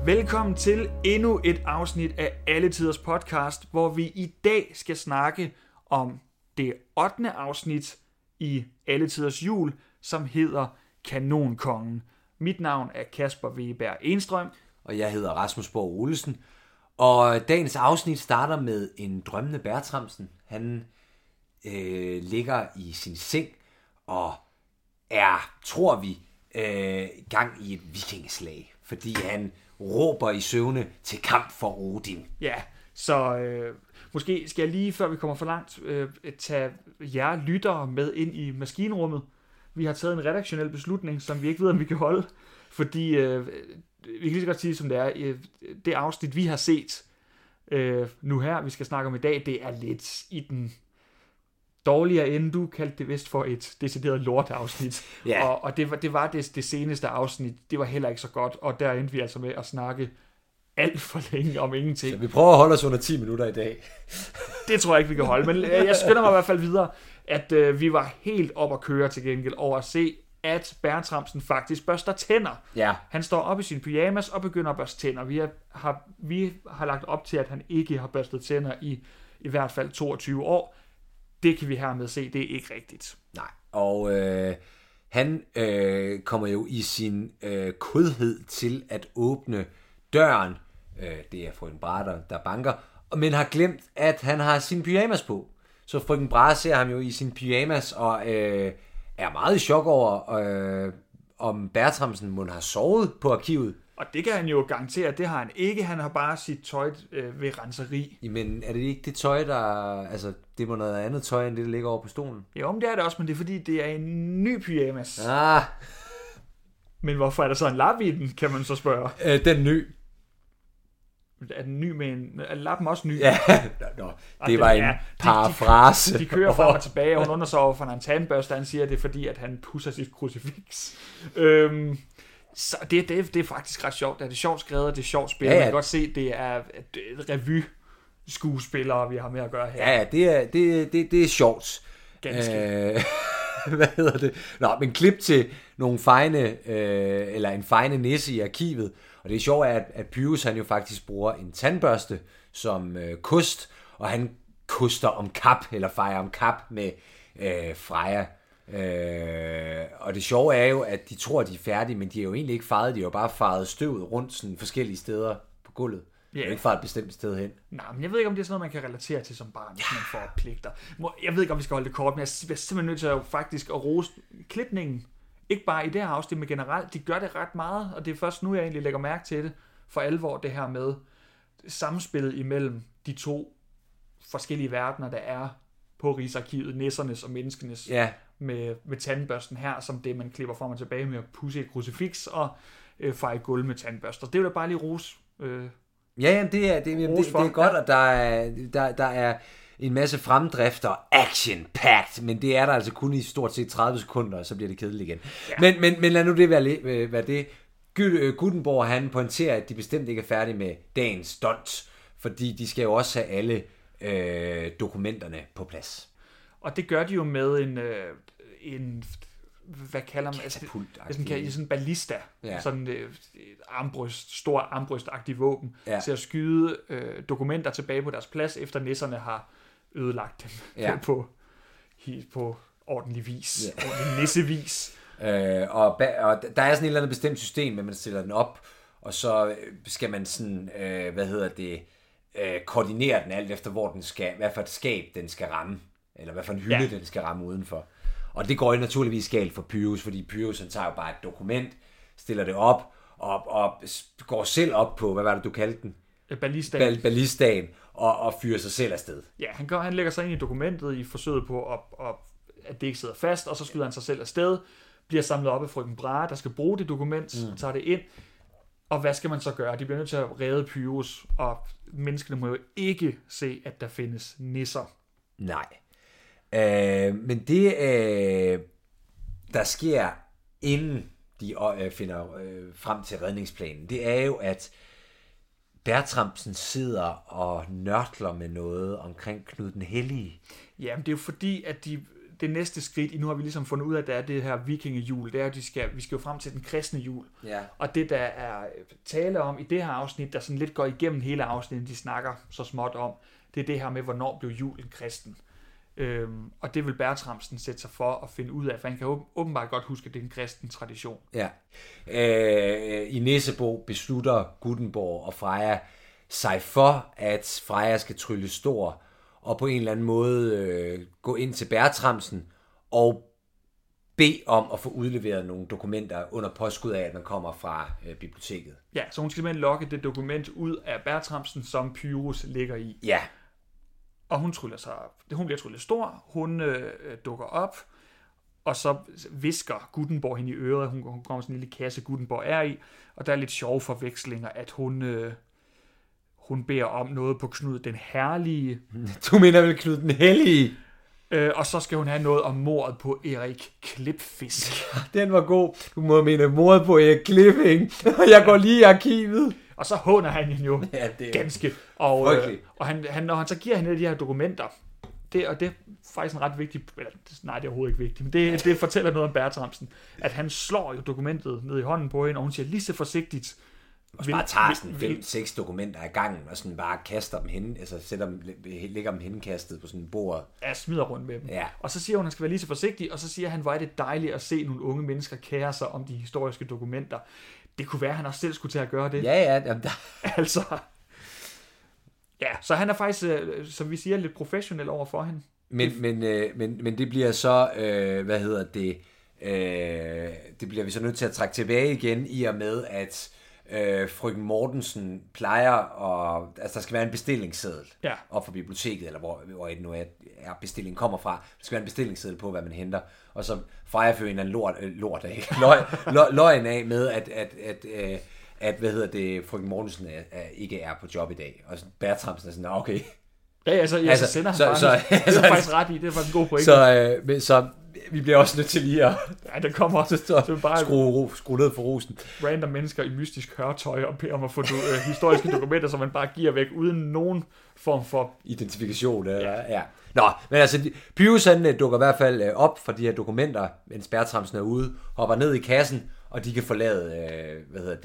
Velkommen til endnu et afsnit af Alle Tiders Podcast, hvor vi i dag skal snakke om det 8. afsnit i Alle Tiders Jul, som hedder Kanonkongen. Mit navn er Kasper Weberg Enstrøm. Og jeg hedder Rasmus Borg Olesen. Og dagens afsnit starter med en drømmende Bertramsen. Han ligger i sin seng og er, tror vi, gang i et vikingeslag. Fordi han råber i søvne til kamp for Odin. Ja, så måske skal jeg lige, før vi kommer for langt, tage jer lyttere med ind i maskinrummet. Vi har taget en redaktionel beslutning, som vi ikke ved, om vi kan holde. Fordi vi kan lige så godt sige, som det er, det afsnit, vi har set nu her, vi skal snakke om i dag, det er lidt i den dårligere ende. Du kaldte det vist for et decideret lorteafsnit. Ja. Og det var det seneste afsnit. Det var heller ikke så godt, og der endte vi altså med at snakke alt for længe om ingenting. Så vi prøver at holde os under 10 minutter i dag. Det tror jeg ikke, vi kan holde, men jeg skynder mig i hvert fald videre, at vi var helt op at køre til gengæld over at se, at Bertramsen faktisk børster tænder. Ja. Han står op i sin pyjamas og begynder at børste tænder. Vi har lagt op til, at han ikke har børstet tænder i hvert fald 22 år. Det kan vi hermed se, det er ikke rigtigt. Nej, og han kommer jo i sin kodhed til at åbne døren. Det er frøken Brahe, der banker, men har glemt, at han har sin pyjamas på. Så frøken Brahe ser ham jo i sin pyjamas og er meget i chok over, om Bertramsen må have sovet på arkivet. Og det kan han jo garantere, det har han ikke. Han har bare sit tøj ved renseri. Men er det ikke det tøj, der... Altså, det må noget andet tøj, end det, der ligger over på stolen? Jo, men det er det også, men det er fordi, det er en ny pyjamas. Ah. Men hvorfor er der så en lap i den, kan man så spørge? Den ny. Er den ny med en... Er lappen også ny? Ja, det var en parafrase. De kører frem og tilbage, og hun undrer sig over, for en tandbørste, han siger, at det er fordi, at han pusser sit krucifiks. Så det er faktisk ret sjovt. Det er sjovt skrevet, det er sjovt spillet. Ja. Man kan godt se, det er et revy-skuespillere, vi har med at gøre her. Ja, det er sjovt. Ganske. Hvad hedder det? Nå, men klip til nogle en fejne nisse i arkivet. Og det er sjovt, at Pyrus han jo faktisk bruger en tandbørste som kost, og han koster om kap, eller fejrer om kap med Freja. Og det sjove er jo, at de tror, at de er færdige, men de er jo egentlig ikke faret. De har jo bare faret støvet rundt sådan forskellige steder på gulvet. De har ikke faret et bestemt sted hen. Nej, men jeg ved ikke, om det er sådan noget, man kan relatere til som barn, hvis man får pligter. Jeg ved ikke, om vi skal holde det kort, men jeg er simpelthen nødt til at faktisk at rose klipningen. Ikke bare i det her afsnit, men generelt. De gør det ret meget, og det er først nu, jeg egentlig lægger mærke til det for alvor, det her med samspillet imellem de to forskellige verdener, der er på Rigsarkivet, nissernes og menneskenes. Ja. Med tandbørsten her, som det, man klipper frem og tilbage med at pudse et krucifiks og feje gulv med tandbørster. Det vil jeg bare lige rose. Ja, det er godt, at der er en masse fremdrifter, action-packed, men det er der altså kun i stort set 30 sekunder, og så bliver det kedeligt igen. Ja. Men lad nu det være det. Gutenborg, han pointerer, at de bestemt ikke er færdige med dagens stunt, fordi de skal jo også have alle dokumenterne på plads. Og det gør de jo med en hvad kalder man? Sådan en ballista. Ja. Sådan stor armbrystagtig våben. Ja. Til at skyde dokumenter tilbage på deres plads, efter nisserne har ødelagt dem på ordentlig vis. Ja. Ordentlig nissevis. Og der er sådan et eller andet bestemt system, at man stiller den op, og så skal man sådan, koordinere den alt efter, hvor den skal, hvad for et skab den skal ramme. Eller hvad for en hylde, den skal ramme udenfor. Og det går jo naturligvis galt for Pyrus, fordi Pyrus han tager jo bare et dokument, stiller det op, og går selv op på, hvad var det, du kaldte den? Ballistaen, og fyrer sig selv afsted. Ja, han lægger sig ind i dokumentet i forsøget på, at det ikke sidder fast, og så skyder han sig selv afsted, bliver samlet op af frøken Brahe, der skal bruge det dokument, tager det ind, og hvad skal man så gøre? De bliver nødt til at redde Pyrus, og menneskene må jo ikke se, at der findes nisser. Nej. Men det, der sker, inden de finder frem til redningsplanen, det er jo, at Bertramsen sidder og nørkler med noget omkring Knud den Hellige. Jamen, det er jo fordi, at det næste skridt, nu har vi ligesom fundet ud af, at der er det her vikingejul, det er, at vi skal jo frem til den kristne jul. Ja. Og det, der er tale om i det her afsnit, der sådan lidt går igennem hele afsnittet, de snakker så småt om, det er det her med, hvornår blev julen kristen. Og det vil Bertramsen sætte sig for at finde ud af, for han kan åbenbart godt huske, at det er en kristen tradition. Ja. I Nissebo beslutter Guttenborg og Freja sig for, at Freja skal trylle stor, og på en eller anden måde gå ind til Bertramsen og bede om at få udleveret nogle dokumenter under påskud af, at man kommer fra biblioteket. Ja, så hun skal simpelthen lokke det dokument ud af Bertramsen, som Pyrus ligger i. Ja. Og hun bliver tryllet stor, hun dukker op, og så visker Guttenborg hende i øret, hun kommer sådan en lille kasse, Guttenborg er i, og der er lidt sjove forvekslinger, at hun beder om noget på Knud den Herlige. Du mener vel Knud den Hellige? Og så skal hun have noget om mordet på Erik Klipfisk. Den var god. Du må mene mordet på Erik Klipping. Jeg går lige i arkivet. Og så håner han hende jo ganske. Og når han så giver hende de her dokumenter, og det er faktisk en ret vigtig, eller nej, det er overhovedet ikke vigtigt, men det fortæller noget om Bertramsen, at han slår jo dokumentet ned i hånden på hende, og hun siger lige så forsigtigt, og så bare tager sådan 5-6 dokumenter af gangen, og sådan bare kaster dem hen, altså lægger dem henkastet på sådan en bord. Ja, smider rundt med dem. Ja. Og så siger hun, at han skal være lige så forsigtig, og så siger han, hvor er det dejligt at se nogle unge mennesker kære sig om de historiske dokumenter. Det kunne være, at han også selv skulle til at gøre det. Ja. Altså. Ja, så han er faktisk, som vi siger, lidt professionel over for hende. Men det bliver så, det bliver vi så nødt til at trække tilbage igen, i og med, at frøken Mortensen plejer altså der skal være en bestillingsseddel op for biblioteket, eller hvor det nu er bestillingen kommer fra. Der skal være en bestillingsseddel på, hvad man henter. Og så Freja fører en eller anden løgn af med, at frøken Mortensen ikke er på job i dag. Og Bertramsen er sådan, okay. Ja, så sender han bare. Det er faktisk ret i, det er faktisk en god pointe. Så vi bliver også nødt til lige at der kommer så bare skrue ned for rosen. Random mennesker i mystisk hørtøj og beder om at få historiske dokumenter, som man bare giver væk, uden nogen form for identifikation. Ja. Nå, men altså, Pyrus han dukker i hvert fald op for de her dokumenter, mens Bertramsen er ude, hopper ned i kassen, og de kan forlade,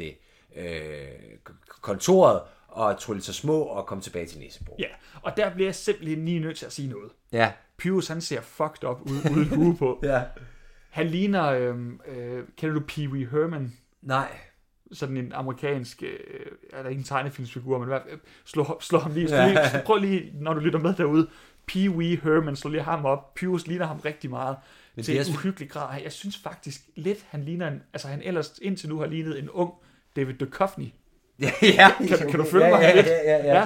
kontoret, og trylle sig små, og komme tilbage til Nissebo. Ja, og der bliver jeg simpelthen lige nødt til at sige noget. Ja. Pyrus, han ser fucked up ud, uden hue på. Ja. Han ligner, kender du Pee Wee Herman? Nej. Sådan en amerikansk, er der ikke en tegnefilmsfigur, men slå ham lige. Prøv lige, når du lytter med derude, Pee Wee Herman, slå lige ham op. Pyrus ligner ham rigtig meget. Men til en uhyggelig grad. Jeg synes faktisk lidt, han ligner han ellers indtil nu har lignet en ung David Duchovny. Ja. Kan du følge mig lidt?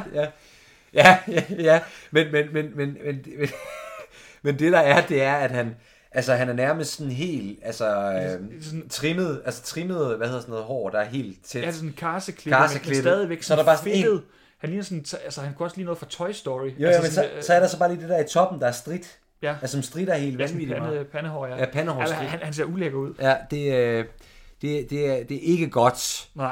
Ja. Men det der er, det er, at han er nærmest sådan helt, trimmet, hvad hedder sådan noget hår, der er helt tæt. Ja, sådan en karseklippe, men stadigvæk så der bare fedtet. Han ligner sådan, han kunne også lige noget fra Toy Story. Jo, men så er der så bare lige det der i toppen, der er stridt. Ja. Altså som stritter helt vanvittigt meget. Pandehår, ja. Ja, pandehår. Altså, han ser ulækker ud. Ja, det er ikke godt. Nej.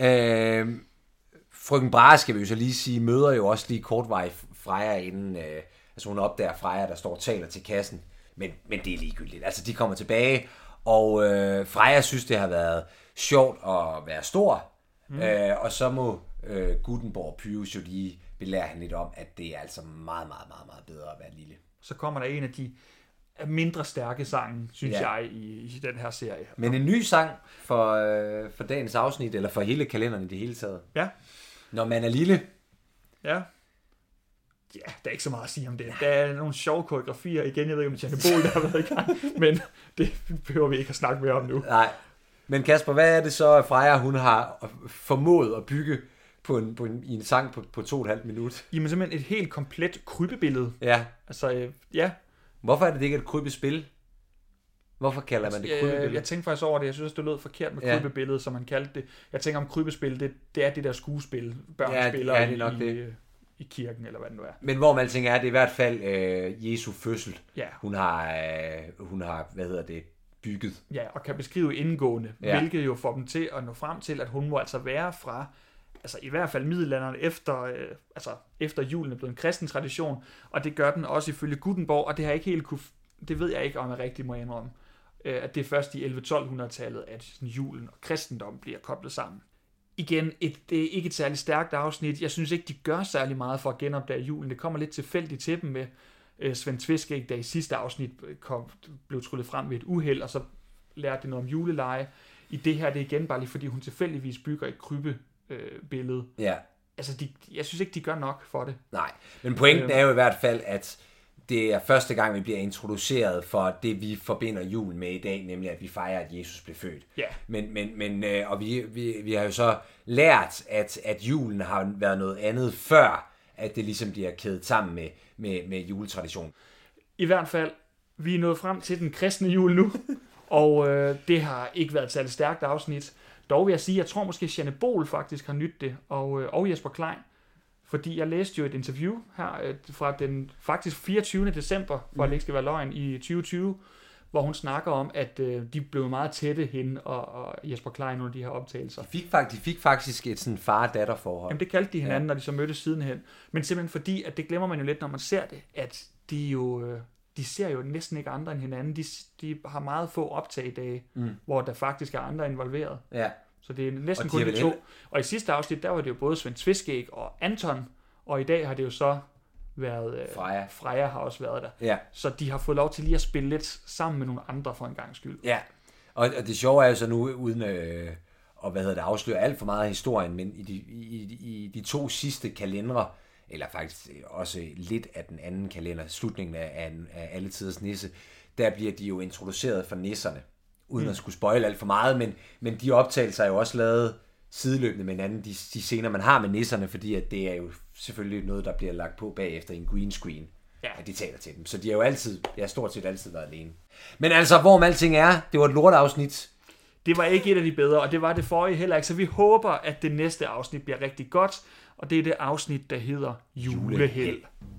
Frøken Brahe, skal vi jo så lige sige, møder jo også lige kortvej Freja inden, hun opdager Freja, der står og taler til kassen, men det er ligegyldigt. Altså, de kommer tilbage, og Freja synes, det har været sjovt at være stor, og så må Guttenborg og Pyrus jo lige belære hende lidt om, at det er altså meget, meget, meget, meget bedre at være lille. Så kommer der en af de mindre stærke sange, synes jeg, i den her serie. Men en ny sang for dagens afsnit, eller for hele kalenderen i det hele taget. Ja. Når man er lille. Ja. Ja, der er ikke så meget at sige om det. Der er nogle sjove koreografier. Igen, jeg ved ikke, om Janne Bohl der har været i gang, men det behøver vi ikke at snakke mere om nu. Nej. Men Kasper, hvad er det så, at Freja, hun har formået at bygge i en sang på 2,5 minutter? Jamen simpelthen et helt komplet krybebillede. Ja. Altså, ja. Hvorfor er det ikke et krybespil? Hvorfor kalder man det krybebillede? Jeg tænkte faktisk over det. Jeg synes, det lød forkert med krybebillede, som man kaldte det. Jeg tænker om krybespil, det er det der skuespil, børn spiller i kirken, eller hvad det nu er. Men hvor man tænker, er det i hvert fald Jesu fødsel. Ja. Hun har bygget. Ja, og kan beskrive indgående, hvilket jo får dem til at nå frem til, at hun må altså være fra, altså i hvert fald middelalderen efter julen er blevet en kristen tradition, og det gør den også ifølge Guttenborg, og det har jeg ikke helt kunne det ved jeg ikke, om jeg rigtig må indrømme, at det er først i 11-1200-tallet, at sådan julen og kristendom bliver koblet sammen. Igen, det er ikke et særligt stærkt afsnit. Jeg synes ikke, de gør særlig meget for at genopdage julen. Det kommer lidt tilfældigt til dem med Svend Tveskæg, der i sidste afsnit blev tryllet frem ved et uheld, og så lærte det noget om juleleje. I det her, det er igen bare lige, fordi hun tilfældigvis bygger et krybebillede. Ja. Altså, jeg synes ikke, de gør nok for det. Nej, men pointen er jo i hvert fald, at det er første gang, vi bliver introduceret for det, vi forbinder julen med i dag, nemlig at vi fejrer, at Jesus blev født. Ja. Men og vi har jo så lært, at julen har været noget andet før, at det ligesom bliver kædet sammen med juletradition. I hvert fald, vi er nået frem til den kristne jul nu, og det har ikke været et særligt stærkt afsnit. Dog vil jeg sige, jeg tror måske, Jeanne Bohl faktisk har nydt det, og Jesper Klein. Fordi jeg læste jo et interview her fra den faktisk 24. december, for at det ikke skal være løgn, i 2020, hvor hun snakker om, at de blev meget tætte, hende og Jesper Klein, under de her optagelser. De fik faktisk et sådan far-datter-forhold. Jamen det kaldte de hinanden, når de så mødtes sidenhen. Men simpelthen fordi, at det glemmer man jo lidt, når man ser det, at de ser jo næsten ikke andre end hinanden. De har meget få optagedage, hvor der faktisk er andre involveret. Ja. Så det er næsten kun de to. Og i sidste afsnit, der var det jo både Svend Tveskæg og Anton, og i dag har det jo så været... Freja har også været der. Ja. Så de har fået lov til lige at spille lidt sammen med nogle andre for en gang skyld. Ja, og det sjove er jo så nu, uden at afsløre alt for meget af historien, men i de to sidste kalendere, eller faktisk også lidt af den anden kalender, slutningen af alle tiders nisse, der bliver de jo introduceret for nisserne, uden at skulle spoile alt for meget, men de optagelser er jo også lavet sideløbende med hinanden, de scener, man har med nisserne, fordi at det er jo selvfølgelig noget, der bliver lagt på bagefter i en green screen, at de taler til dem. Så de har jo stort set altid været alene. Men altså, hvorom alting er, det var et lorteafsnit. Det var ikke et af de bedre, og det var det forrige heller ikke, så vi håber, at det næste afsnit bliver rigtig godt, og det er det afsnit, der hedder Juleheld.